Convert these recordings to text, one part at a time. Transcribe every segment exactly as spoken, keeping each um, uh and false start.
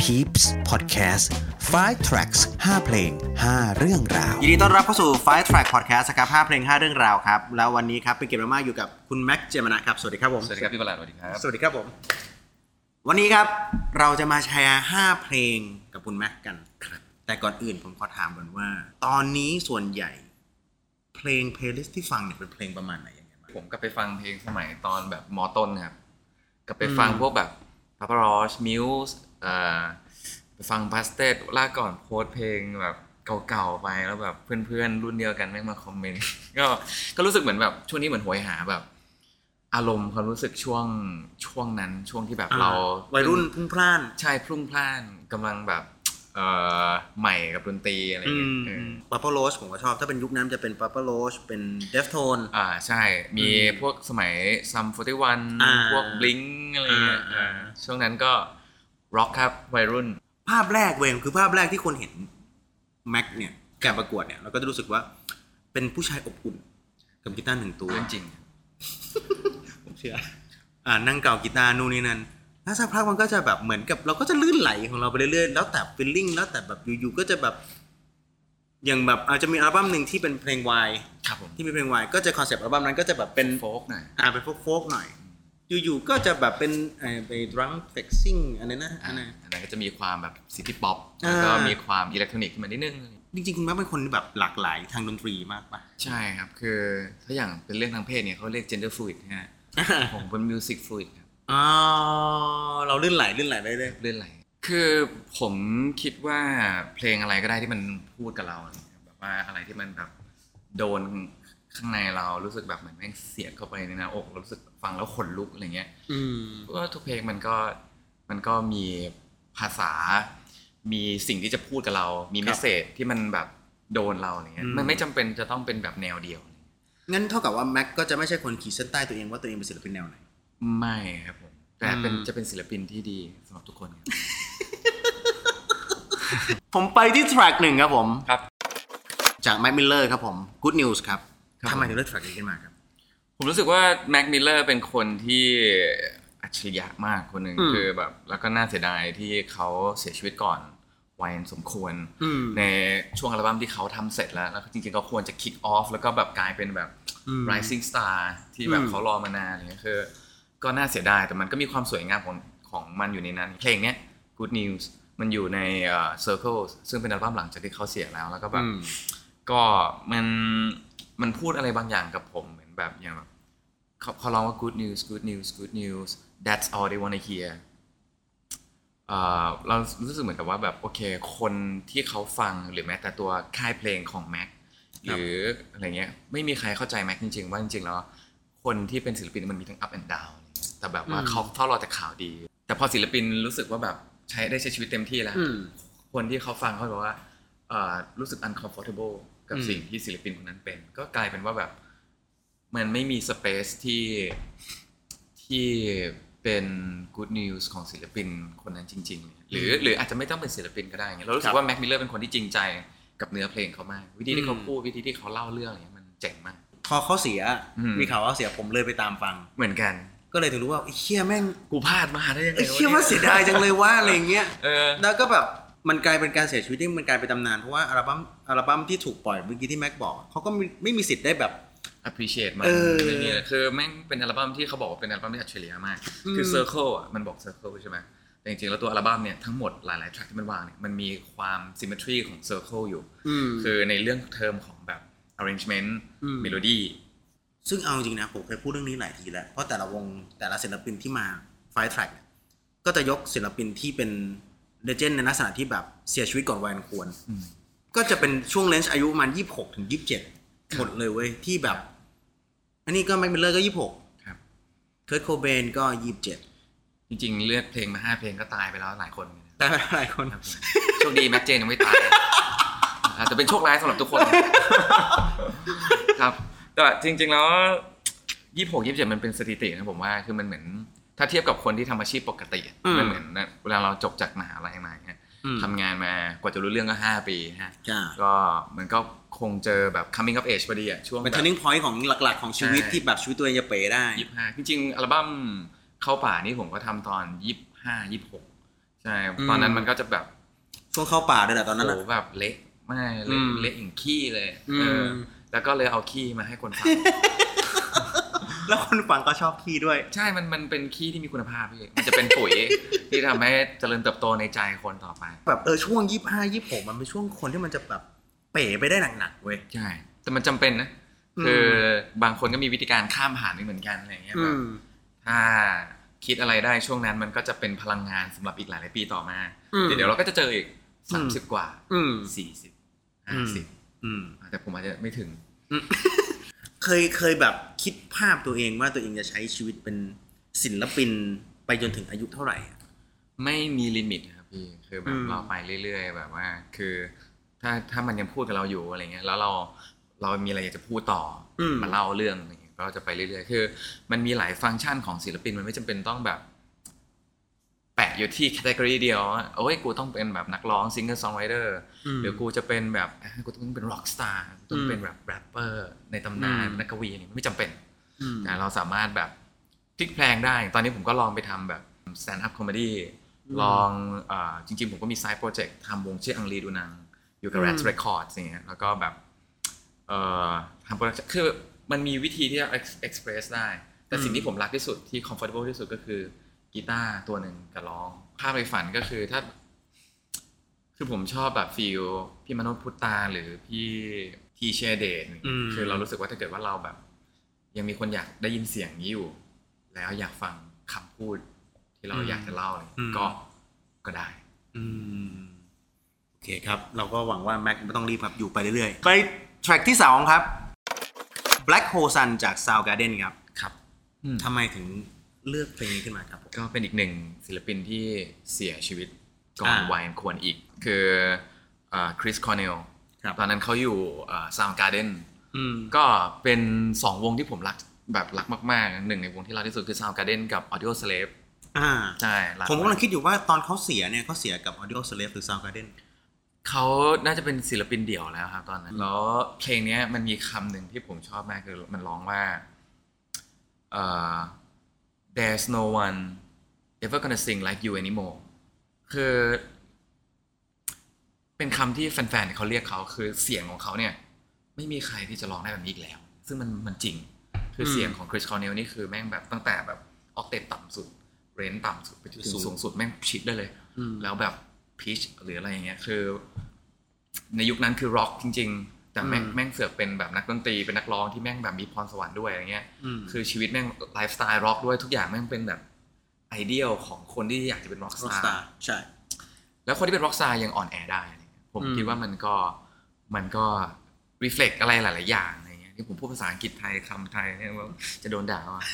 Peeps Podcast ไฟว์ Tracks ห้าเพลงห้าเรื่องราวยินดีต้อนรับเข้าสู่ ไฟว์ Track Podcast ครับห้าเพลงห้าเรื่องราวครับแล้ววันนี้ครับเป็นเกียรติมากๆอยู่กับคุณแม็กเจมนะครับสวัสดีครับผมสวัสดีครับพี่ประหลาดสวัสดีครับสวัสดีครับผมวันนี้ครับเราจะมาแชร์ห้าเพลงกับคุณแม็กกันครับแต่ก่อนอื่นผมขอถามก่อนว่าตอนนี้ส่วนใหญ่เพลงเพลย์ลิสต์ที่ฟังเนี่ยเป็นเพลงประมาณไหนยังไงผมก็ไปฟังเพลงสมัยตอนแบบม.ต้นครับก็ไปฟังพวกแบบ Papa Roach Muse เอ่อไปฟัง Busted ล่าก่อนโพสเพลงแบบเก่าๆไปแล้วแบบเพื่อนๆรุ่นเดียวกันแม่งมาคอมเมนต์ก็ก็รู้สึกเหมือนแบบช่วงนี้เหมือนโหยหาแบบอารมณ์ความรู้สึกช่วงช่วงนั้นช่วงที่แบบเราวัยรุ่นพลุ่งพล่านใช่พลุ่งพล่านกำลังแบบเอ่อใหม่กับดนตรีอะไรอย่างเงี้ย Papa Roach ผมก็ชอบถ้าเป็นยุคนั้นจะเป็น Papa Roach เป็น Deftones อ่าใช่มีพวกสมัย Sum ฟอร์ตี้วัน พวก Blink อะไรเงี้ยช่วงนั้นก็ร็อกครับวัยรุ่นภาพแรกเว้ยคือภาพแรกที่คนเห็นแม็กเนี่ยการประกวดเนี่ยเราก็จะรู้สึกว่าเป็นผู้ชายอบอุ่นกับกีตาร์หนึ่งตัวจริงผมเชื่ออ่านั่งเก่ากีตาร์นู่นนี่นั่นแล้วสักพักมันก็จะแบบเหมือนกับเราก็จะลื่นไหลของเราไปเรื่อยๆแล้วแต่ฟีลลิ่งแล้วแต่แบบอยู่ๆก็จะแบบอย่างแบบอาจจะมีอัลบั้มนึงที่เป็นเพลงวายที่มีเพลงวายก็จะคอนเซ็ปต์อัลบั้มนั้นก็จะแบบเป็นโฟล์กหน่อยอ่าเป็นโฟล์กหน่อยอยู่ๆก็จะแบบเป็นไอ้ไปดรัมเฟกซิ่งอันนั้นนะอันนั้นอันนั้นก็จะมีความแบบซิตี้ป๊อปแล้วก็มีความอิเล็กทรอนิกส์มานิดนึงจริงๆคุณแม่เป็นคนแบบหลากหลายทางดนตรีมากป่ะใช่ครับคือถ้าอย่างเป็นเรื่องทางเพศเนี่ยเขาเรียก gender fluid นะฮะผมเป็น music fluid ครับอ๋อเราลื่นไหลลื่นไหลได้เลยลื่นไหลคือผมคิดว่าเพลงอะไรก็ได้ที่มันพูดกับเราแบบว่าอะไรที่มันแบบโดนข้างในเรารู้สึกแบบเหมือนแม่งเสียดเข้าไปในหน้าอกรู้สึกฟังแล้วขนลุกอะไรเงี้ยเพราะว่าทุกเพลงมันก็มันก็มีภาษามีสิ่งที่จะพูดกับเรามีเมสเสจที่มันแบบโดนเราอะไรเงี้ยมันไม่จำเป็นจะต้องเป็นแบบแนวเดียวงั้นเท่ากับว่าแม็กก็จะไม่ใช่คนขีดเส้นใต้ตัวเองว่าตัวเองเป็นศิลปินแนวไหนไม่ครับผมแต่เป็นจะเป็นศิลปินที่ดีสำหรับทุกคนครับผมไปที่แทร็กหนึ่งครับผมครับจากแม็กมิลเลอร์ครับผม Good News ครับทำไมถึงเลือกแทร็กนี้ขึ้นมาครับผมรู้สึกว่าแม็กมิลเลอร์เป็นคนที่อัจฉริยะมากคนหนึ่งคือแบบแล้วก็น่าเสียดายที่เขาเสียชีวิตก่อนวัยสมควรในช่วงอัลบั้มที่เขาทำเสร็จแล้วแล้วจริงๆก็ควรจะ kick off แล้วก็แบบกลายเป็นแบบ rising star ที่แบบเขารอมานานอะไรเงี้ยคือก็น่าเสียดายแต่มันก็มีความสวยงามของของมันอยู่ในนั้นเพลงเนี้ย Good News มันอยู่ใน uh, Circles ซึ่งเป็นอัลบั้มหลังจากที่เขาเสียแล้วแล้วก็แบบก็มันมันพูดอะไรบางอย่างกับผมเหมือนแบบอย่างแบบเขาเขาร้องว่า Good News Good News Good News That's all they wanna hear เอ่อเรารู้สึกเหมือนกับว่าแบบโอเคคนที่เขาฟังหรือแม้แต่ตัวค่ายเพลงของแม็กหรืออะไรเงี้ยไม่มีใครเข้าใจแม็กจริงๆว่าจริงๆแล้วคนที่เป็นศิลปินมันมีทั้ง up and down แต่แบบว่าเขาเฝ้ารอแต่ข่าวดีแต่พอศิลปินรู้สึกว่าแบบใช้ได้ใช้ชีวิตเต็มที่แล้วคนที่เขาฟังเขาบอกว่าเอ่อรู้สึก uncomfortable กับสิ่งที่ศิลปินคนนั้นเป็นก็กลายเป็นว่าแบบมันไม่มีสเปซที่ที่เป็น good news ของศิลปินคนนั้นจริงๆหรือหรืออาจจะไม่ต้องเป็นศิลปินก็ได้เรารู้สึกว่าแม็กมิลเลอร์เป็นคนที่จริงใจกับเนื้อเพลงเขามากวิธีที่เขาพูดวิธีที่เขาเล่าเรื่องอะไรมันเจ๋งมากพอเขาเสียมีข่าวว่าเสียผมเลยไปตามฟังเหมือนกันก็เลยถึงรู้ว่าไอ้เหี้ยแม่งกูพลาดมาได้ยังไงไอ้เหี้ยว่าเสียดายจังเลยว่าอะไรเงี้ยแล้วก็แบบมันกลายเป็นการเสียชีวิตที่มันกลายเป็นตำนานเพราะว่าอัลบั้มอัลบั้มที่ถูกปล่อยเมื่อกี้ที่แม็กบอกเขาก็ไม่มีสิทธิ์ได้แบบ appreciate มันไม่มีเลยคือแม่งเป็นอัลบั้มที่เขาบอกว่าเป็นอัลบั้มที่อัจฉริยะมากคือ Circle อ่ะมันบอก Circle ใช่ไหมแต่จริงๆแล้วตัวอัลบั้มเนี่ยทั้งหมดหลายๆ track ที่มันวางเนี่ยมันมีความ symmetry ของ Circle อยู่คือในเรื่องเทอมของแบบ arrangement melody ซึ่งเอาจริงนะผมเคยพูดเรื่องนี้หลายทีแล้วเพราะแต่ละวงแต่ละศิลปินที่มา five track ก็จะยกศิลปินที่เป็นเลเจนด์ในลักษณะที่แบบเสียชีวิตก่อนวัยอันควรก็จะเป็นช่วงเลนส์อายุประมาณยี่สิบหกถึงยี่สิบเจ็ดหมดเลยเว้ยที่แบบอันนี้ก็แม็กมิลเลอร์ก็ยี่สิบหกครับเคิร์ทโคเบนก็ยี่สิบเจ็ดจริงๆเลือกเพลงมาห้าเพลงก็ตายไปแล้วหลายคนตายไปหลายคนโชคดีแม็กเจนยังไม่ตายอาจจะเป็นโชคร้ายสำหรับทุกคนครับแต่จริงๆแล้วยี่สิบหก ยี่สิบเจ็ดมันเป็นสถิตินะผมว่าคือมันเหมือนถ้าเทียบกับคนที่ทำอาชีพปกติมันเหมือนเวลาเราจบจากมหาลัยมาเนี่ยทำงานมากว่าจะรู้เรื่องก็ห้าปีฮะก็มันก็คงเจอแบบ coming of age พอดีอ่ะช่วงเป็น turning point ของหลักๆของชีวิตที่แบบชีวิตตัวเองจะเป๋ได้ยี่สิบห้าจริงๆอัลบั้มเข้าป่านี่ผมก็ทำตอนยี่สิบห้า ยี่สิบหกใช่ช่ตอนนั้นมันก็จะแบบช่วงเข้าป่าด้วยแหละตอนนั้นโอ้แบบเละไม่เละเละอย่างขี้เลยเออแล้วก็เลยเอาขี้มาให้คนฟังแล้วคนฟังก็ชอบขี้ด้วยใช่มันมันเป็นขี้ที่มีคุณภาพพี่มันจะเป็นปุ๋ยที่ทำให้เจริญเติบโตในใจคนต่อไปแบบเออช่วงยี่สิบห้า ยี่สิบหกมันเป็นช่วงคนที่มันจะแบบเป๋ไปได้หนักๆเว้ยใช่แต่มันจำเป็นนะคือบางคนก็มีวิธีการข้ามผ่านไม่เหมือนกันอะไรเงี้ยแบบถ้าคิดอะไรได้ช่วงนั้นมันก็จะเป็นพลังงานสำหรับอีกหลายๆปีต่อมาเดี๋ยวเราก็จะเจออีกสามสิบกว่าสี่สิบ ห้าสิบแต่ผมอาจจะไม่ถึงเคยเคยแบบคิดภาพตัวเองว่าตัวเองจะใช้ชีวิตเป็นศิลปินไปจนถึงอายุเท่าไหร่ไม่มีลิมิตครับพี่คือแบบเราไปเรื่อยๆแบบว่าคือถ้าถ้ามันยังพูดกับเราอยู่อะไรเงี้ยแล้วเราเรามีอะไรอยากจะพูดต่อมาเล่าเรื่องอะไรเงี้ยก็จะไปเรื่อยๆคือมันมีหลายฟังก์ชันของศิลปินมันไม่จำเป็นต้องแบบแปะอยู่ที่แคตตากรีเดียวโอ้ยกูต้องเป็นแบบนักร้องซิงเกิลซองไรเดอร์หรือกูจะเป็นแบบกูต้องเป็นร็อกสตาร์ต้องเป็นแบบแรปเปอร์ในตำนานนักกวีนี่ไม่จำเป็นแต่เราสามารถแบบพลิกแพลงได้ตอนนี้ผมก็ลองไปทำแบบสแตนด์อัพคอมเมดี้ลองอ่าจริงๆผมก็มีไซด์โปรเจกต์ทำวงชื่ออังรีดูนังอยู่กับ Rats Records อย่างเงี้ยแล้วก็แบบเอ่อทำโปรดักชั่นคือมันมีวิธีที่จะ express ได้แต่สิ่งที่ผมรักที่สุดที่ comfortable ที่สุดก็คือกีตาร์ตัวหนึ่งกับร้องภาพในฝันก็คือถ้าคือผมชอบแบบฟีลพี่มโนพุตตาหรือพี่ทีเชเดตคือเรารู้สึกว่าถ้าเกิดว่าเราแบบยังมีคนอยากได้ยินเสียงนี้อยู่แล้วอยากฟังคำพูดที่เราอยากจะเล่าก็ก็ได้โอเคครับเราก็หวังว่าแม็กไม่ต้องรีบครับอยู่ไปเรื่อยๆไปแทร็กที่สองครับ Black Hole Sun จาก Soundgarden ครับครับทำไมถึงเลือกเพลงนี้ขึ้นมาครับก็เป็นอีกหนึ่งศิลปินที่เสียชีวิตก่อนวัยอันควรอีกคือคริสคอร์เนลตอนนั้นเขาอยู่ Soundgarden ก็เป็นสองวงที่ผมรักแบบรักมากๆหนึ่งในวงที่รักที่สุดคือ Soundgarden กับ Audioslave อ่าใช่ผมกำลังคิดอยู่ว่าตอนเขาเสียเนี่ยเขาเสียกับ Audioslave หรือ Soundgarden เขาน่าจะเป็นศิลปินเดี่ยวแล้วครับตอนนั้นแล้วเพลงนี้มันมีคำหนึ่งที่ผมชอบมากคือมันร้องว่าเอ่อThere's no one ever gonna sing like you anymore คือเป็นคำที่แฟนๆเขาเรียกเขาคือเสียงของเขาเนี่ยไม่มีใครที่จะร้องได้แบบนี้อีกแล้วซึ่งมันมันจริงคือเสียงของคริสคอร์เนลนี่คือแม่งแบบตั้งแต่แบบออกเตปต่ำสุดเรนจ์ต่ำสุดไปถึงสูงสุดแม่งชิดได้เลยแล้วแบบพีชหรืออะไรอย่างเงี้ยคือในยุคนั้นคือร็อกจริงๆแต่แม่งแม่งเสือกเป็นแบบนักดนตรีเป็นนักร้องที่แม่งแบบมีพรสวรรค์ด้วยอะไรเงี้ยคือชีวิตแม่งไลฟ์สไตล์ร็อกด้วยทุกอย่างแม่งเป็นแบบไอเดียลของคนที่อยากจะเป็นร็อกสตาร์ใช่แล้วคนที่เป็นร็อกสตาร์ยังอ่อนแอได้ผมคิดว่ามันก็มันก็รีเฟล็กอะไรหลายๆอย่างอะไรเงี้ยที่ผมพูดภาษาอังกฤษไทยคำไทยเนี่ยว่าจะโดนด่าว่า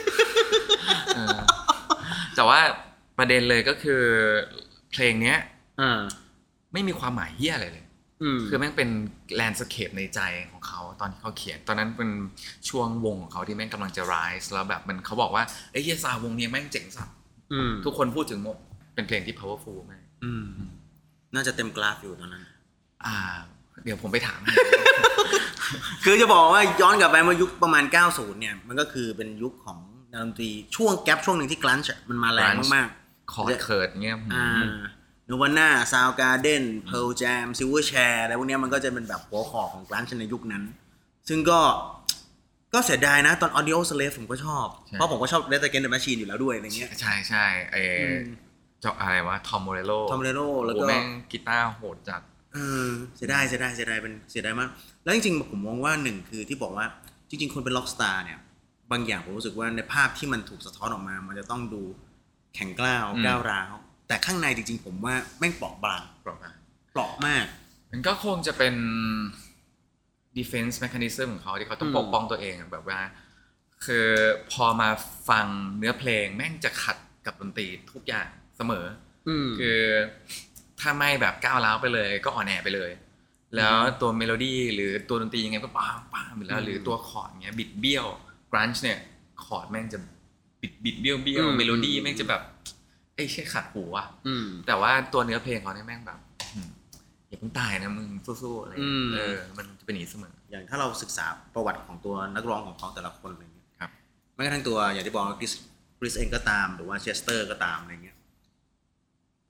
แต่ว่าประเด็นเลยก็คือเพลงเนี้ยไม่มีความหมายเหี้ยอะไรเลยคือแม่งเป็นแลนด์สเคปในใจของเขาตอนที่เขาเขียนตอนนั้นเป็นช่วงวงของเขาที่แม่งกำลังจะ rise แล้วแบบมันเขาบอกว่าไอ้เหี้ยซาวงนี้แม่งเจ๋งสัสทุกคนพูดถึงหมดเป็นเพลงที่ powerful มากน่าจะเต็มกราฟอยู่ตอนนั้นอ่าเดี๋ยวผมไปถามคือจะบอกว่าย้อนกลับไปเมื่อยุคประมาณเก้าสิบเนี่ยมันก็คือเป็นยุคของดนตรีช่วงแกปช่วงหนึ่งที่กรันช์มันมาแรงมากๆคอร์ดเคิร์ดเงี้ยอ่าNirvana Soundgarden Pearl Jam Silverchair อะไรพวกนี้มันก็จะเป็นแบบหัวข้อของกรันช์ในยุคนั้นซึ่งก็ก็เสียดายนะตอน Audioslave ผมก็ชอบเพราะผมก็ชอบ Rage Against the Machine อยู่แล้วด้วยอะไรเงี้ยใช่ๆไอ้เจ้าอะไรวะทอมโมเรโลทอมโมเรโลแล้วก็แม่งกีตาร์โหดจัดเออเสียดายเสียดายเสียดายเป็นเสียดายมากแล้วจริงๆผมมองว่าหนึ่งคือที่บอกว่าจริงๆคนเป็นล็อกสตาร์เนี่ยบางอย่างผมรู้สึกว่าในภาพที่มันถูกสะท้อนออกมามันจะต้องดูแข็งกร้าวก้าวร้าวแต่ข้างในจริงๆผมว่าแม่งเปราะบางเปราะบางเปราะมากมันก็คงจะเป็น defense mechanism ของเขาที่เขาต้องปกป้องตัวเองแบบว่าคือพอมาฟังเนื้อเพลงแม่งจะขัดกับดนตรีทุกอย่างเสมอคือถ้าไม่แบบก้าวร้าวไปเลยก็อ่อนแอไปเลยแล้วตัวเมโลดี้หรือตัวดนตรียังไงก็ป้าป้าไปแล้วหรือตัวคอร์ดเงี้ยบิดเบี้ยวกรันช์เนี่ยคอร์ดแม่งจะบิดบิดเบี้ยวเบี้ยวเมโลดี้แม่งจะแบบไอ้แค่ขัดหูอ่ะแต่ว่าตัวเนื้อเพลงเขาเนี่ยแม่งแบบอย่าเพิ่งตายนะมึงสู้ๆอะไรเออมันจะเป็นอย่างนี้เสมออย่างถ้าเราศึกษาประวัติของตัวนักร้องของเขาแต่ละคนอะไรเงี้ยครับแม้กระทั่งตัวอย่างที่บอกว่าคริสคริสเองก็ตามหรือว่าเชสเตอร์ก็ตามอะไรเงี้ย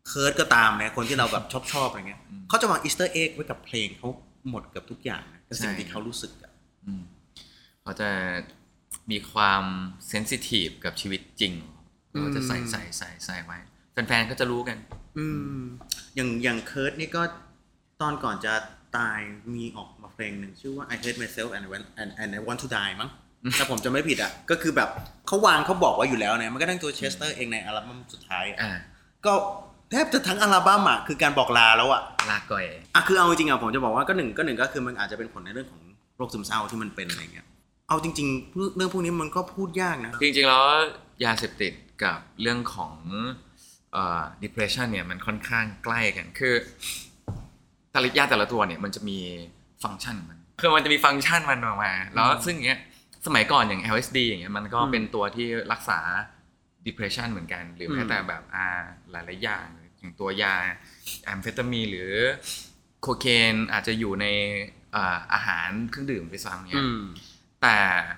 เคิร์ดก็ตามนะคนที่เราแบบชอบชอบอะไรเงี้ยเขาจะวางอีสเตอร์เอ็กไว้กับเพลงเขาหมดกับทุกอย่างกับสิ่งที่เขารู้สึกอ่ะเขาจะมีความเซนซิทีฟกับชีวิตจริงเขาจะใส่ใส่ใส่ใส่ไว้แฟนๆก็จะรู้กันอืมอย่างอย่างเคิร์ดนี่ก็ตอนก่อนจะตายมีออกมาเพลงหนึ่งชื่อว่า I Hate Myself and I Want and, and I Want to Die มั้งแต่ผมจะไม่ผิดอ่ะก็คือแบบเขาวางเขาบอกไว้อยู่แล้วเนี่ยมันก็ตั้งตัวเชสเตอร์เองในอัลบั้มสุดท้ายอ่ะก็แทบจะทั้งอัลบั้มอ่ะคือการบอกลาแล้วอ่ะลาก่อยอ่ะคือเอาจริงๆอ่ะผมจะบอกว่าก็หนึ่งก็หนึ่งก็คือมันอาจจะเป็นผลในเรื่องของโรคซึมเศร้าที่มันเป็นอะไรเงี้ยเอาจริงๆเรื่องพวกนี้มันก็พูดยากนะจริงๆแล้วยาเสพติดกับเรื่องของเอ่อ depression เนี่ยมันค่อนข้างใกล้กันคือแต่ละยาแต่ละตัวเนี่ยมันจะมีฟังก์ชันมันคือมันจะมีฟังก์ชันมันออกมาแล้วซึ่งอย่างเงี้ยสมัยก่อนอย่าง แอล เอส ดี อย่างเงี้ยมันก็เป็นตัวที่รักษา depression เหมือนกันหรือแม้แต่แบบอ่าหลายๆอย่างอย่างตัวยาแอมเฟตามีนหรือโคเคนอาจจะอยู่ในอ่าอาหารเครื่องดื่มไปซ้ำเนี่ยแต่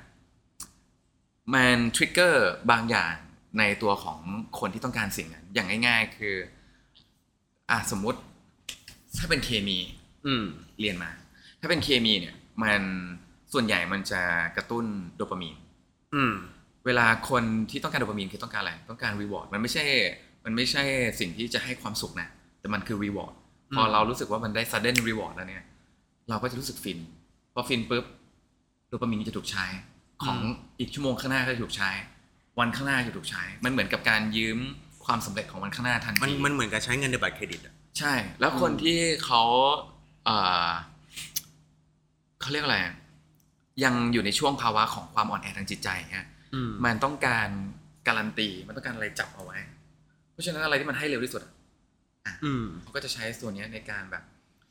มันทริกเกอร์บางอย่างในตัวของคนที่ต้องการสิ่งนั้นอย่างง่ายๆคืออ่ะสมมุติถ้าเป็นเคมีเรียนมาถ้าเป็นเคมีเนี่ยมันส่วนใหญ่มันจะกระตุ้นโดปามีนเวลาคนที่ต้องการโดปามีนคือต้องการอะไรต้องการรีวอร์ดมันไม่ใช่มันไม่ใช่สิ่งที่จะให้ความสุขนะแต่มันคือรีวอร์ดพอเรารู้สึกว่ามันได้ sudden reward แล้วเนี่ยเราก็จะรู้สึกฟินพอฟินปุ๊บโดปามีนจะถูกใช้ของอีกชั่วโมงข้างหน้าก็จะถูกใช้วันข้างหน้าจะถูกใช้มันเหมือนกับการยืมความสำเร็จของวันข้างหน้าทันทีมันมันเหมือนกับใช้เงินในบัตรเครดิตอ่ะใช่แล้วคนที่เขาเอ่อเขาเรียกอะไรยังอยู่ในช่วงภาวะของความอ่อนแอทางจิตใจเงี้ยมันต้องการการันตีมันต้องการอะไรจับเอาไว้เพราะฉะนั้นอะไรที่มันให้เร็วที่สุดอ่ะเขาก็จะใช้ส่วนนี้ในการแบบ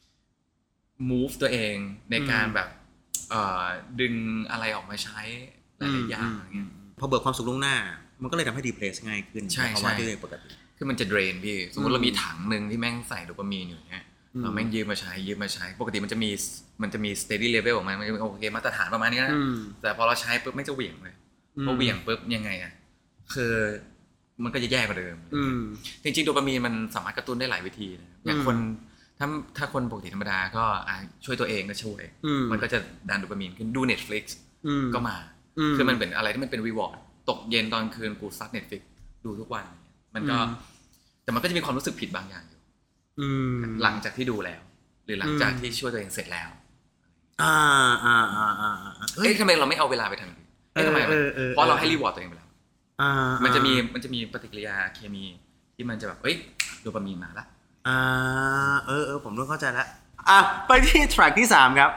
move ตัวเองในการแบบเอ่อดึงอะไรออกมาใช้หลายๆอย่างอย่างเงี้ยพอเบิกความสุขล่วงหน้ามันก็เลยทำให้ดีเพรสง่ายขึ้นเพราะว่าที่ปกติคือมันจะเดรนพี่สมมติเรามีถังนึงที่แม่งใส่โดปามีนอยู่เนี่ยเราแม่งยืมมาใช้ยืมมาใช้ปกติมันจะมีมันจะมี steady level ของมันมันจะโอเคมาตรฐานประมาณนี้นะแต่พอเราใช้ปุ๊บไม่จะเหวี่ยงเลยพอเหวี่ยงปุ๊บยังไงอ่ะคือมันก็จะแย่กว่าเดิมจริงๆโดปามีนมันสามารถกระตุ้นได้หลายวิธีนะอย่างคนถ้าถ้าคนปกติธรรมดาก็ช่วยตัวเองก็ช่วยมันก็จะดันโดปามีนขึ้นดู Netflix ก็มาคือมันเป็นอะไรที่มันเป็น reward ตกเย็นตอนคืนกูซัด Netflix ดูทุกวันมันก็แต่มันก็จะมีความรู้สึกผิดบางอย่างอยู่หลังจากที่ดูแล้วหรือหลังจากที่ช่วยตัวเองเสร็จแล้วอ่าอ่าอ่าอ่าเอ้ยทำไมเราไม่เอาเวลาไปทำอย่างอื่นเอ้ยทำไมเพราะเราให้รีวอร์ดตัวเองไปแล้วมันจะมีมันจะมีปฏิกิริยาเคมีที่มันจะแบบเอ้ยโดปามีนมาละอ่าเออเออผมเริ่มเข้าใจแล้วอ่ะไปที่แทร็กที่สามครับ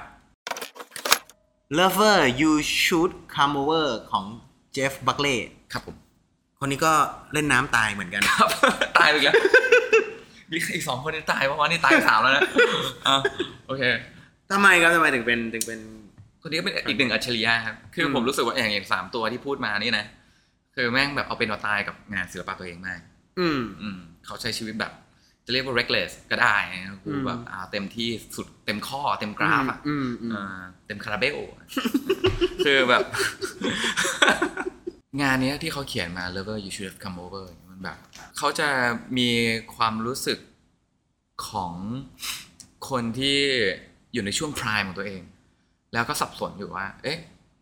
Lover You Should Come Over ของ Jeff Buckley ครับผมคนนี้ก็เล่นน้ำตายเหมือนกันครับตายอีกแล้วมีอีกสองคนที่ตายเพราะว่านี่ตายสามแล้วนะอ่ะโอเคทำไมครับทำไมถึงเป็นถึงเป็นคนนี้ก็เป็นอีกหนึ่งอัจฉริยะครับคือผมรู้สึกว่าอย่างอย่างสามตัวที่พูดมานี่นะคือแม่งแบบเอาเป็นเอาตายกับงานศิลปะตัวเองมากอืมอืมเขาใช้ชีวิตแบบจะเรียกว่า reckless ก็ได้นะกูแบบอ่าเต็มที่สุดเต็มข้อเต็มกราฟอ่ะอ่าเต็มคาราเบลคือแบบงานนี้ที่เขาเขียนมา Lover You Should Have Come Over มันแบบเขาจะมีความรู้สึกของคนที่อยู่ในช่วง prime ของตัวเองแล้วก็สับสนอยู่ว่าเอ๊ะ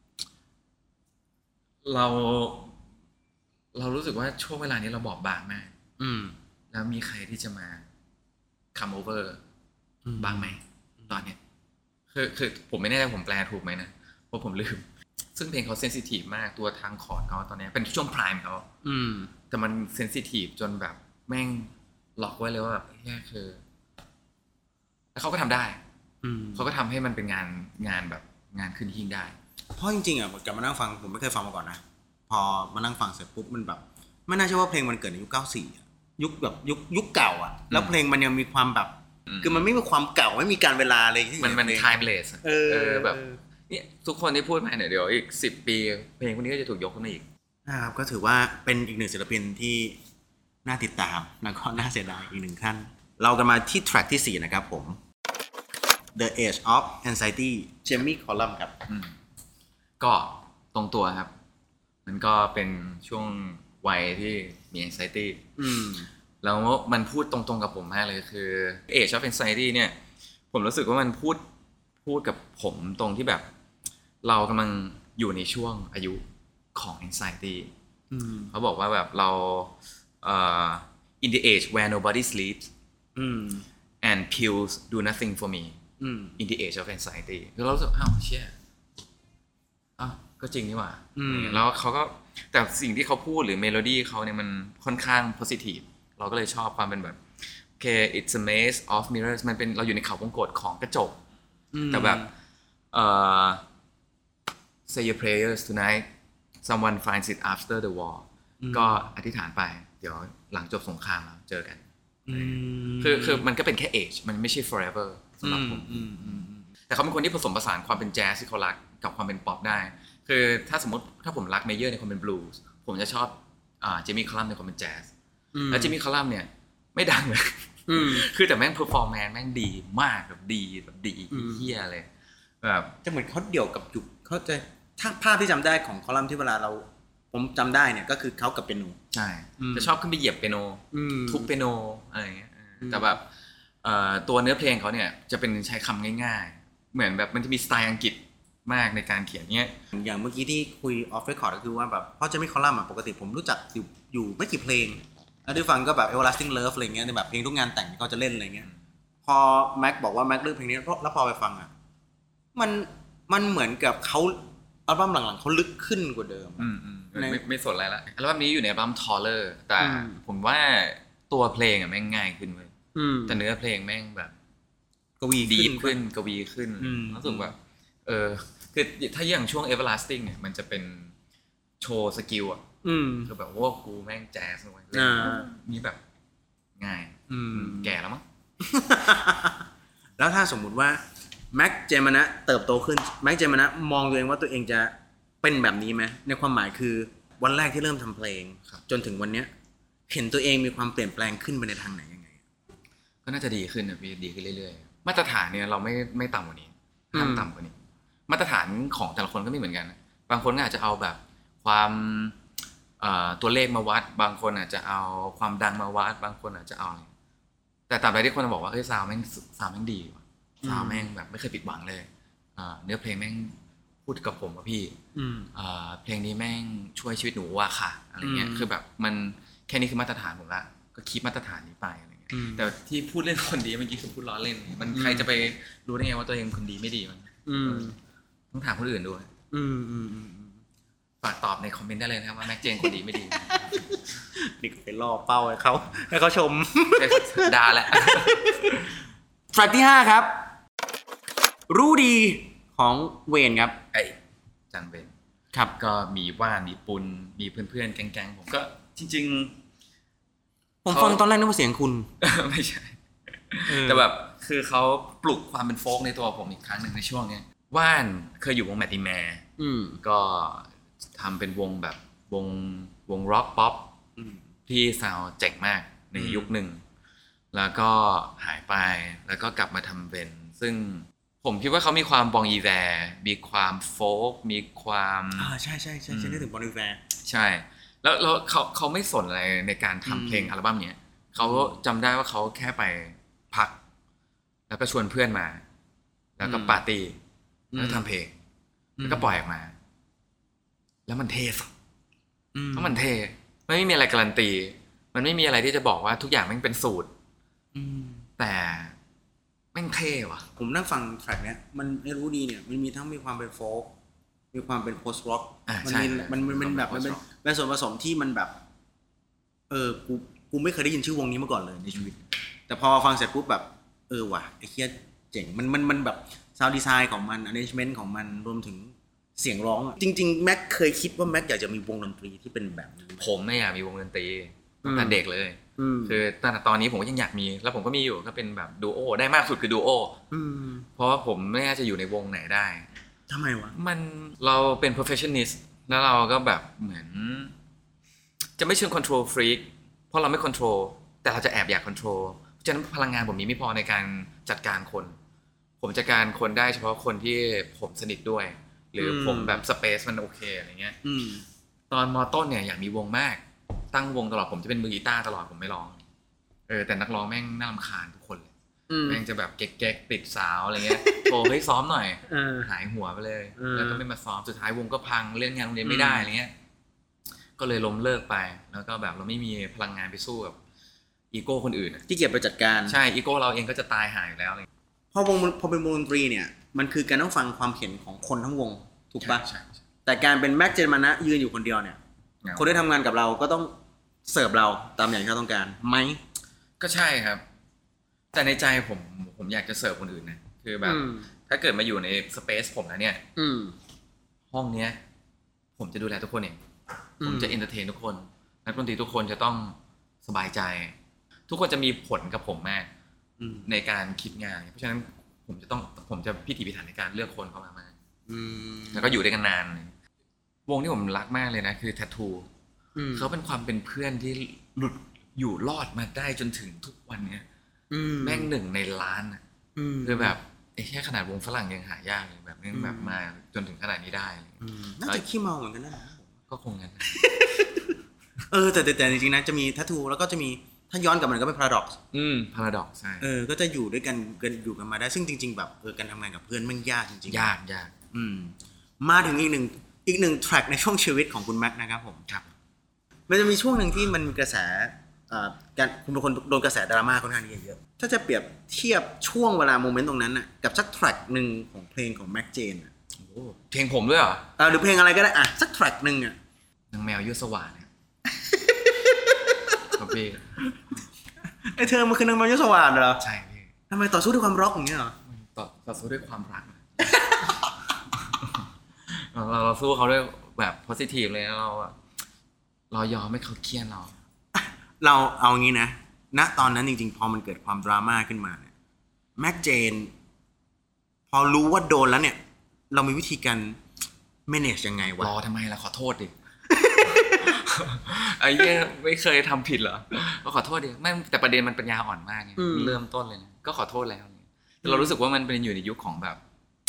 เราเรารู้สึกว่าช่วงเวลานี้เราบอบบางมากแล้วมีใครที่จะมา come over บ้างไหมตอนเนี้ยคือคือผมไม่แน่ใจผมแปลถูกไหมนะเพราะผมลืมซึ่งเพลงเขาเซนซิทีฟมากตัวทางคอร์ดเขาตอนนี้เป็นช่วงพรายม์เขาแต่มันเซนซิทีฟจนแบบแม่งล็อกไว้เลยว่าแบบแค่คือแล้วเขาก็ทำได้เขาก็ทำให้มันเป็นงานงานแบบงานขึ้นหิ้งได้เพราะจริงๆอ่ะกลับมานั่งฟังผมไม่เคยฟังมาก่อนนะพอมานั่งฟังเสร็จปุ๊บมันแบบไม่น่าเชื่อว่าเพลงมันเกิดในยุคเก้าสิบสี่ยุคแบบยุคยุคเก่าอ่ะแล้วเพลงมันยังมีความแบบคือมันไม่มีความเก่าไม่มีการเวลาเลยที่มันมัน timeless เออแบบนี่ทุกคนที่พูดมาเนี่ยเดี๋ยวอีกสิบปีเพลงพวกนี้ก็จะถูกยกขึ้นมาอีกนะครับก็ถือว่าเป็นอีกหนึ่งศิลปินที่น่าติดตามแล้วก็น่าเสียดายอีกหนึ่งขั้นเรากันมาที่แทร็กที่สี่นะครับผม The Age of Anxiety Jamie Cullum ครับก็ตรงตัวครับมันก็เป็นช่วงวัยที่มี anxiety แล้วมันพูดตรงๆกับผมมากเลยคือ Age of Anxiety เนี่ยผมรู้สึกว่ามันพูดพูดกับผมตรงที่แบบเรากำลังอยู่ในช่วงอายุของ anxiety เขาบอกว่าแบบเรา uh, in the age where nobody sleeps and pills do nothing for me in the age of anxiety คือเรารู้สึกอ้าวเชี่ยอ้าวก็จริงนี่หว่าแล้วเขาก็แต่สิ่งที่เขาพูดหรือเมโลดี้เขาเนี่ยมันค่อนข้าง positive เราก็เลยชอบความเป็นแบบโอเค it's a maze of mirrors มันเป็นเราอยู่ในเขาวงกตของกระจกแต่แบบเอ่อ say your prayers tonight someone finds it after the war ก็อธิษฐานไปเดี๋ยวหลังจบสงครามเราเจอกันคือคือมันก็เป็นแค่ age มันไม่ใช่ forever สำหรับผมแต่เขาเป็นคนที่ผสมผสานความเป็นแจ๊สที่เขารักกับความเป็นป๊อปได้คือถ้าสมมติถ้าผมรักเมเยอร์ในความเป็นบลูส์ผมจะชอบอ่าเจมี่คอลัมน์ในความเป็นแจ๊สแล้วเจมี่คอลัมน์เนี่ยไม่ดังเลยคือแต่แม่งเพอร์ฟอร์แมนซ์แม่งดีมากแบบดีแบบดีเหี้ยเลยแบบจะเหมือนเขาเดี่ยวกับจุกเขาจะถ้าภาพที่จำได้ของคอลัมน์ที่เวลาเราผมจำได้เนี่ยก็คือเขากับเปียโนใช่จะชอบขึ้นไปเหยียบเปียโนทุบเปียโนอะไรอย่างเงี้ยแต่แบบตัวเนื้อเพลงเขาเนี่ยจะเป็นใช้คำง่ายๆเหมือนแบบมันจะมีสไตล์อังกฤษมากในการเขียนเนี้ยอย่างเมื่อกี้ที่คุยออฟเรคคอร์ดก็คือว่าแบบเพราะจะไม่คอลัมน์อ่ะปกติผมรู้จักอยู่อยู่ไม่กี่เพลงแล้วได้ฟังก็แบบ Everlasting Love อะไรเงี้ยในแบบเพลงทุกงานแต่งเขาจะเล่นอะไรเงี้ยพอแม็กบอกว่าแม็กเลือกเพลงนี้แล้วพอไปฟังอ่ะมันมันเหมือนกับเขาอัลบั้มหลังๆเขาลึกขึ้นกว่าเดิมอืมไม่ไม่สนอะไรละอัลบั้มนี้อยู่ในอัลบั้ม Taller แต่ผมว่าตัวเพลงอ่ะแม่งง่ายขึ้นเว้ยแต่เนื้อเพลงแม่งแบบกวีดีขึ้นกวีขึ้นรู้สึกแบบเออคือถ้าอย่างช่วง Everlasting เนี่ยมันจะเป็นโชว์สกิลอ่ะคือแบบว่ากูแม่งแจ๊สเลยนี่แบบง่ายแก่แล้วมั้งแล้วถ้าสมมุติว่าแม็กเจมานะเติบโตขึ้นแม็กเจมานะมองตัวเองว่าตัวเองจะเป็นแบบนี้ไหมในความหมายคือวันแรกที่เริ่มทำเพลงจนถึงวันเนี้ยเห็นตัวเองมีความเปลี่ยนแปลงขึ้นไปในทางไหนยังไงก็น่าจะดีขึ้นนะพี่ดีขึ้นเรื่อยๆมาตรฐานเนี่ยเราไม่ไม่ต่ำกว่านี้ห้ามต่ำกว่านี้มาตรฐานของแต่ละคนก็ไม่เหมือนกันบางคนก็อาจจะเอาแบบความตัวเลขมาวัดบางคนอาจจะเอาความดังมาวัดบางคนอาจจะเอาอะไรแต่ตามใดที่คนบอกว่าเฮ้ยซาวแม่งซาวแม่งดีว่ะซาวแม่งแบบไม่เคยผิดหวังเลยเนื้อเพลงแม่งพูดกับผมว่าพี่เพลงนี้แม่งช่วยชีวิตหนูว่ะค่ะอะไรเงี้ยคือแบบมันแค่นี้คือมาตรฐานผมละก็คีปมาตรฐานนี้ไปอะไรเงี้ยแต่ที่พูดเรื่องคนดีเมื่อกี้คือพูดล้อเล่นมันใครจะไปรู้ได้ไงว่าตัวเองคนดีไม่ดีมันต้องถามคนอื่นด้วยฝากตอบในคอมเมนต์ได้เลยนะครับว่าแม็กเจนคนดีไม่ดีนี่ก็ไปล่อเป้าให้เขาให้เขาชมด่าแหละแฟลกที่ห้าครับรู้ดีของเวนครับไอ้จันเวนครับก็มีว่านมีปุนมีเพื่อนๆแก๊งๆผมก็จริงๆผมฟังตอนแรกนึกว่าเสียงคุณไม่ใช่แต่แบบคือเขาปลุกความเป็นโฟล์กในตัวผมอีกครั้งหนึ่งในช่วงนี้ว่านเคยอยู่วงแมตติแมร์ก็ทำเป็นวงแบบวงวงร็อกป๊อปที่ซาวด์เจ๋งมากในยุคหนึ่งแล้วก็หายไปแล้วก็กลับมาทำเวนซึ่งผมคิดว่าเขามีความบองอีแวร์มีความโฟล์กมีความอ่าใช่ใช่ใช่ฉันนึกถึงบองอีแวร์ใช่แล้วแล้วเขาเขาไม่สนอะไรในการทำเพลงอัลบั้มนี้เขาจำได้ว่าเขาแค่ไปพักแล้วก็ชวนเพื่อนมาแล้วก็ปาร์ตี้แล้วทำเพลงแล้วก็ปล่อยออกมาแล้วมันเท่สุดเพราะมันเท่ไม่มีอะไรการันตีมันไม่มีอะไรที่จะบอกว่าทุกอย่างมันเป็นสูตรแต่แม่งเท่ว่ะผมนั่งฟังแทร็กเนี้ยมันไม่รู้ดีเนี่ยมันมีทั้งมีความเป็นโฟล์กมีความเป็นโพสต์ร็อกมันมีมันมันเป็นแบบมันเป็นเป็นส่วนผสมที่มันแบบเออกูกูไม่เคยได้ยินชื่อวงนี้มาก่อนเลยในชีวิตแต่พอฟังเสร็จปุ๊บแบบเออว่ะไอ้เหี้ยเจ๋งมันมันมันแบบซาวด์ดีไซน์ของมันอาร์เรนจ์เมนต์ของมันรวมถึงเสียงร้องจริงๆแม็กเคยคิดว่าแม็กอยากจะมีวงดนตรีที่เป็นแบบนี้ผมไม่อยากมีวงดนตรีตั้งแต่เด็กเลยคือตั้งแต่ตอนนี้ผมก็ยังอยากมีแล้วผมก็มีอยู่ก็เป็นแบบดูโอได้มากสุดคือดูโอเพราะว่าผมไม่น่าจะอยู่ในวงไหนได้ทำไมวะมันเราเป็น perfectionist แล้วเราก็แบบเหมือนจะไม่เชิง control freak เพราะเราไม่ control แต่เราจะแอบอยาก control เพราะฉะนั้นพลังงานผมนี้ไม่พอในการจัดการคนผมจัดการคนได้เฉพาะคนที่ผมสนิทด้วยหรือผมแบบสเปซมันโอเคอะไรเงี้ยตอนม.ต้นเนี่ยอยากมีวงมากตั้งวงตลอดผมจะเป็นมือกีตาร์ตลอดผมไม่ร้องเออแต่นักร้องแม่งน่ารำคาญทุกคนเลยแม่งจะแบบเก๊กๆติดสาวอะไรเงี้ยโทรให้ซ้อมหน่อยหายหัวไปเลยแล้วก็ไม่มาซ้อมสุดท้ายวงก็พังเล่นงานโรงเรียนไม่ได้อะไรเงี้ยก็เลยล้มเลิกไปแล้วก็แบบเราไม่มีพลังงานไปสู้กับอีโก้คนอื่นที่เก็บไปจัดการใช่อีโก้เราเองก็จะตายหายอยู่แล้วพอวงพอเป็นวงดนตรีเนี่ยมันคือการต้องฟังความเห็นของคนทั้งวงถูกปะแต่การเป็นแม็กเจนมานะยืนอยู่คนเดียวเนี่ยคนที่ทำงานกับเราก็ต้องเสิร์ฟเราตามอย่างที่เราต้องการไหมก็ใช่ครับแต่ในใจผมผมอยากจะเสิร์ฟคนอื่นนะคือแบบถ้าเกิดมาอยู่ในสเปซผมแล้วเนี่ยห้องเนี้ยผมจะดูแลทุกคนเองผมจะเอนเตอร์เทนทุกคนนักดนตรีทุกคนจะต้องสบายใจทุกคนจะมีผลกับผมมากในการคิดงานเพราะฉะนั้นผมจะต้องผมจะพิถีพิถันในการเลือกคนเข้ามามากแล้วก็อยู่ด้วยกันนานวงที่ผมรักมากเลยนะคือ Tattoo เขาเป็นความเป็นเพื่อนที่หลุดอยู่รอดมาได้จนถึงทุกวันเนี้ยแม่งหนึ่งในล้านอ่ะคือแบบไอ้แค่ขนาดวงฝรั่งยังหายากเลยแบบนี้แบบมาจนถึงขนาดนี้ได้น่าจะขี้เมาเหมือนกันนะก็คงงั้นเออแต่แต่จริงๆนะจะมี Tattoo แล้วก็จะมีถ้าย้อนกลับมันก็เป็น Paradox อืม Paradox ใช่เออก็จะอยู่ด้วยกันกันอยู่กันมาได้ซึ่งจริงๆแบบเออการทำงานกับเพื่อนมันยากจริงๆยากยากอืมมาถึงอีกหนึ่งอีกหนึ่งแทร็กในช่วงชีวิตของคุณแม็กนะครับผมครับมันจะมีช่วงหนึ่งที่มันมีกระแสอ่าการคุณเป็นคนโดนกระแสดราม่าค่อนข้างเยอะถ้าจะเปรียบเทียบช่วงเวลาโมเมนต์ตรงนั้นน่ะกับสักแทร็กนึงของเพลงของแม็กเจนอ่ะโอ้เพลงผมด้วยเหรออ่าหรือเพลงอะไรก็ได้อ่ะสักแทร็กนึงอ่ะนางแมวยั่วสว่างเนี่ยครับพี่ไอเธอมันคือนางแมวยั่วสว่างเหรอใช่พี่ทำไมต่อสู้ด้วยความร็อกอย่างเงี้ยเหรอต่อต่อสู้ด้วยความรักเราเราสู้เขาด้วยแบบโพสิทีฟเลยเราเรายอมให้เขาเครียดเราเราเอางี้นะณตอนนั้นจริงๆพอมันเกิดความดราม่าขึ้นมาเนี่ยแม็กเจนพอรู้ว่าโดนแล้วเนี่ยเรามีวิธีการ manage ยังไงวะรอทำไมล่ะขอโทษดิไอ้เหี้ยไม่เคยทำผิดเหรอก็ขอโทษดิไม่แต่ประเด็นมันปัญญาอ่อนมากไงเริ่มต้นเลยก็ขอโทษแล้วแต่เรารู้สึกว่ามันเป็นอยู่ในยุคของแบบ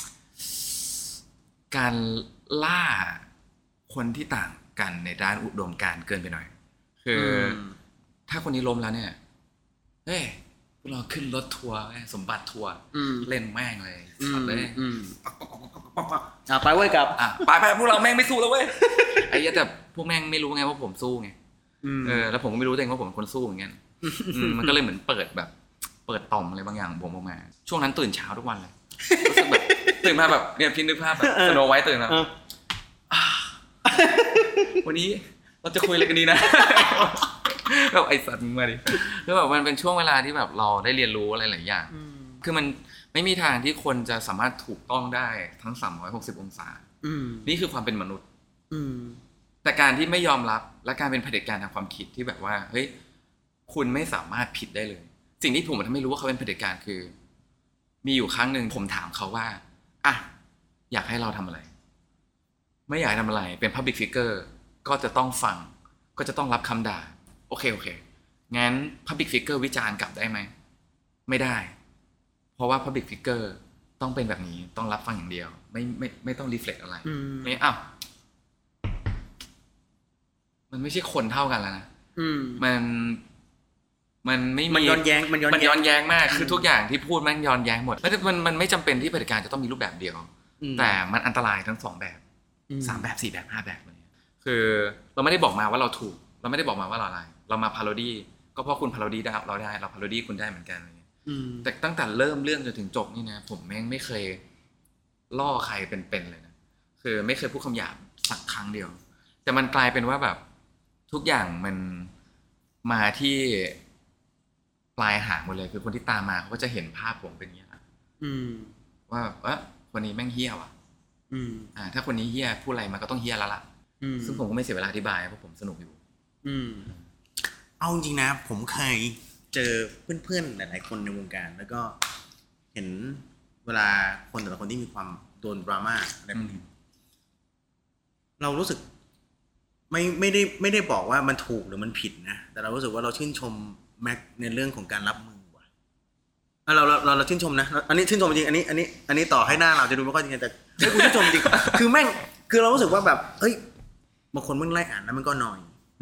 การล่าคนที่ต่างกันในด้านอุดมการณ์เกินไปหน่อยคือถ้าคนนี้ล้มแล้วเนี่ยเฮ้ยพวกเราขึ้นรถทัวร์สมบัติทัวร์เล่นแม่งเลยสัตว์เลยอ่ะไปเว้ยกับอ่ะไปไปพวกเราแม่งไม่สู้แล้วเว้ยไอ้เหี้ยแต่พวกแม่งไม่รู้ไงว่าผมสู้ไงเออแล้วผมก็ไม่รู้ตัวเองว่าผมเป็นคนสู้อย่างเงี้ยมันก็เลยเหมือนเปิดแบบเปิดต่อมอะไรบางอย่างผมออกมาช่วงนั้นตื่นเช้าทุกวันเลยรู้สึกแบบตื่นมาแบบเนี่ยพินึกภาพแบบสโนว์ไวท์ตื่นมาวันนี้เราจะคุยอะไรกันดีนะแบบไอ้สัตว์มึงมาดิแล้วแบบมันเป็นช่วงเวลาที่แบบเราได้เรียนรู้อะไรหลายอย่างคือมันไม่มีทางที่คนจะสามารถถูกต้องได้ทั้งสามร้อยหกสิบองศานี่คือความเป็นมนุษย์แต่การที่ไม่ยอมรับและการเป็นเผด็จการทางความคิดที่แบบว่าเฮ้ยคุณไม่สามารถผิดได้เลยสิ่งที่ผมทำให้รู้ว่าเขาเป็นเผด็จการคือมีอยู่ครั้งหนึ่งผมถามเขาว่าอ่ะอยากให้เราทำอะไรไม่อยากทำอะไรเป็น public figure ก็จะต้องฟังก็จะต้องรับคำด่าโอเคโอเคงั้น public figure วิจารณ์กลับได้ไหมไม่ได้เพราะว่า public figure ต้องเป็นแบบนี้ต้องรับฟังอย่างเดียวไม่ไม่ไม่ต้อง reflect อะไรไม่อ้าวมันไม่ใช่คนเท่ากันแล้วนะมันมันไม่มีมันย้อนแย้งมันย้อนย้อนแย้งมากคือทุกอย่างที่พูดมันย้อนแย้งหมดแล้วมันมันไม่จำเป็นที่เผด็จการจะต้องมีรูปแบบเดียวแต่มันอันตรายทั้งสองแบบสามแบบสี่แบบห้าแบบเลยคือเราไม่ได้บอกมาว่าเราถูกเราไม่ได้บอกมาว่าเราอะไรเรามาพาโรดี้ก็เพราะคุณพาโรดี้ได้เราได้เราพาโรดี้คุณได้เหมือนกันอะไรเงี้ยแต่ตั้งแต่เริ่มเรื่องจนถึงจบนี่นะผมแม่งไม่เคยล่อใครเป็นๆเลยนะคือไม่เคยพูดคำหยาบสักครั้งเดียวแต่มันกลายเป็นว่าแบบทุกอย่างมันมาที่ปลายหางหมดเลยคือคนที่ตามมาเขาก็จะเห็นภาพผมเป็นอย่างนี้ว่าเออคนนี้แม่งเหี้ยว่ะอ่าถ้าคนนี้เหี้ยพูดอะไรมาก็ต้องเหี้ยแล้วล่ะซึ่งผมก็ไม่เสียเวลาอธิบายเพราะผมสนุกอยู่เอาจริงๆนะผมเคยเจอเพื่อนๆหลายๆคนในวงการแล้วก็เห็นเวลาคนแต่ละคนที่มีความโดนดราม่าอะไรพวกนี้เรารู้สึกไม่ไม่ได้ไม่ได้บอกว่ามันถูกหรือมันผิดนะแต่เรารู้สึกว่าเราชื่นชมแม็กในเรื่องของการรับมือว่ะเราเราเราเราชื่นชมนะอันนี้ชื่นชมจริงอันนี้อันนี้อันนี้ต่อให้หน้าเราจะดูไม่ค่อยจริงแต่ให้คุณชื่นชมจริงคือแม่งคือเรารู้สึกว่าแบบเฮ้ยบางคนมึงไล่อ่านแล้วมันก็หน่อย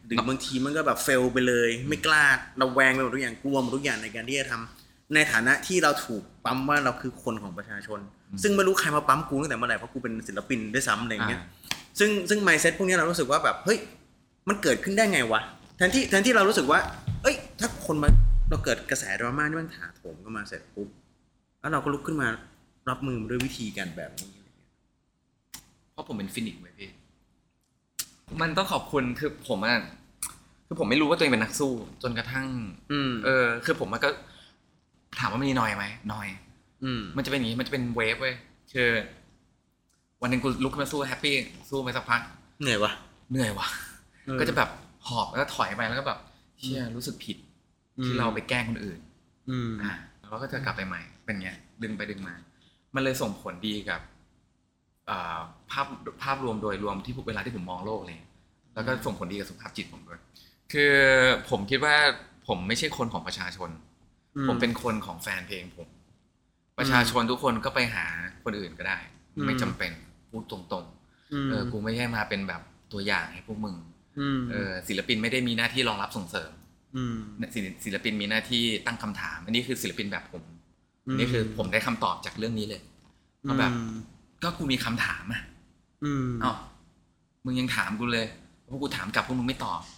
หรือบางทีมันก็แบบเฟลไปเลยไม่กล้าระแวงไปหมดทุกอย่างกลัวหมดทุกอย่างในการที่จะทำในฐานะที่เราถูกปั๊มว่าเราคือคนของประชาชนซึ่งไม่รู้ใครมาปั๊มกูตั้งแต่เมื่อไหร่เพราะกูเป็นศิลปินด้วยซ้ำอะไรอย่างเงี้ยซึ่งซึ่ง mindset พวกนี้เรารู้สึกว่าแบบเฮ้ยมันเกิดขึ้นได้ไงวะแทนที่แทนที่เรารู้สึกว่าเอ้ยถ้าคนมาเราเกิดกระแสดราม่าที่มันถาโถมเข้ามาเสร็จปุ๊บแล้วเราก็ลุกขึ้นมารับมือด้วยวิธีการแบบนี้เพราะผมเป็นฟินิกส์ไว้พี่มันต้องขอบคุณคือผมอ่ะคือผมไม่รู้ว่าตัวเองเป็นนักสู้จนกระทั่งเออคือผมมันก็ถามว่ามันมีน้อยไหมน้อยมันจะเป็นอย่างนี้มันจะเป็นเวฟเว้ยคือวันหนึ่งกูลุกขึ้นมาสู้แฮปปี้สู้ไปสักพักเหนื่อยวะเหนื่อยวะก็จะแบบหอบแล้วก็ถอยไปแล้วก็แบบเชี่ยรู้สึกผิดที่เราไปแกล้งคนอื่นอ่าแล้วก็จะกลับไปใหม่เป็นเงี้ยดึงไปดึงมามันเลยส่งผลดีกับภาพภาพรวมโดยรวมที่เวลาที่ผมมองโลกเลยแล้วก็ส่งผลดีกับสุขภาพจิตผมด้วยคือผมคิดว่าผมไม่ใช่คนของประชาชนผมเป็นคนของแฟนเพลงผมประชาชนทุกคนก็ไปหาคนอื่นก็ได้ไม่จำเป็นพูดตรงๆเออกูไม่ใช่มาเป็นแบบตัวอย่างให้พวกมึงเออศิลปินไม่ได้มีหน้าที่รองรับส่งเสริมศิลปินมีหน้าที่ตั้งคำถามอันนี้คือศิลปินแบบผมอันนี้คือผมได้คำตอบจากเรื่องนี้เลยก็แบบก็กูมีคำถามอ่ะอ้าวมึงยังถามกูเลยเพราะกูถามกลับพวกมึงไม่ตอบ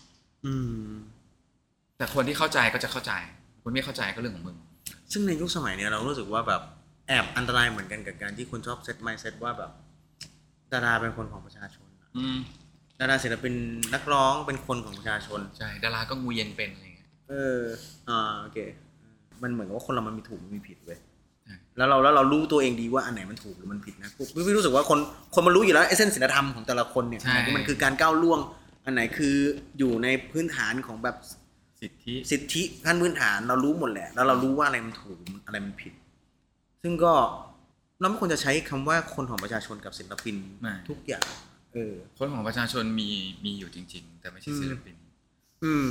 แต่คนที่เข้าใจก็จะเข้าใจคนไม่เข้าใจก็เรื่องของมึงซึ่งในยุคสมัยเนี้ยเรารู้สึกว่าแบบแอบอันตรายเหมือนกันกับการที่คนชอบเซตไมซ์เซตว่าแบบดาราเป็นคนของประชาชนดาราศิลปินนักร้องเป็นคนของประชาชนใช่ดาราก็งูเย็นเป็นอะไรเงี้ยเอออ่าโอเคมันเหมือนว่าคนเรามันมีถูกมีผิดเว้ยแล้วเราแล้วเรารู้ตัวเองดีว่าอันไหนมันถูกหรือมันผิดนะพี่รู้สึกว่าคนคนมันรู้อยู่แล้วเอเซนส์ศีลธรรมของแต่ละคนเนี่ยมันคือการก้าวล่วงอันไหนคืออยู่ในพื้นฐานของแบบสิทธิสิทธิขั้นพื้นฐานเรารู้หมดแหละแล้วเรารู้ว่าอะไรมันถูกอะไรมันผิดซึ่งก็เราไม่ควรจะใช้คำว่าคนของประชาชนกับศิลปินทุกอย่างเออคนของประชาชนมีมีอยู่จริงๆแต่ไม่ใช่ศิลปินอืม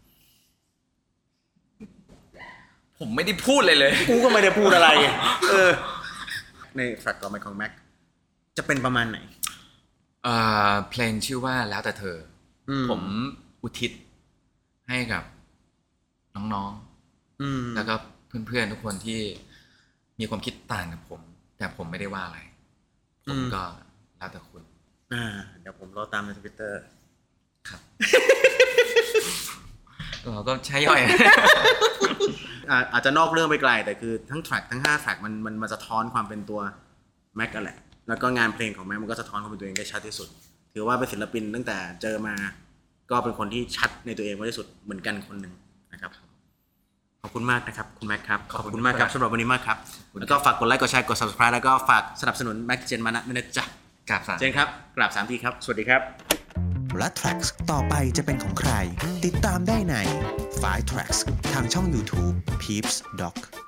ผมไม่ได้พูดเลยเลยกูก็ไม่ได้พูดอะไรเออในแฟลกต่อไปของแม็กจะเป็นประมาณไหนเอ่อเพลงชื่อว่าแล้วแต่เธอผมอุทิศให้กับน้องๆแล้วก็เพื่อนๆทุกคนที่มีความคิดต่างกับผมแต่ผมไม่ได้ว่าอะไรผมก็แล้วแต่คุณอ่าเดี๋ยวผมรอตามใน Twitter ครับเราก็ใช้ย่อยอาจจะนอกเรื่องไปไกลแต่คือทั้งแทร็กทั้งห้าแทร็กมันมันมาสะท้อนความเป็นตัวแม็กกันแหละแล้วก็งานเพลงของแม็กมันก็สะท้อนความเป็นตัวเองได้ชัดที่สุดถือว่าเป็นศิลปินตั้งแต่เจอมาก็เป็นคนที่ชัดในตัวเองมากที่สุดเหมือนกันคนหนึ่งนะครับขอบคุณมากนะครับคุณแม็กครับขอบคุณมากครับสำหรับวันนี้มากครับแล้วก็ฝากกดไลค์กดแชร์กด Subscribe แล้วก็ฝากสนับสนุนแม็กเจนมานะด้วยนะจ๊ะกราบสามเจนครับกราบสามทีครับสวัสดีครับและ Tracks ต่อไปจะเป็นของใครติดตามได้ใน ไฟว์ Tracks ทางช่อง YouTube Peeps Doc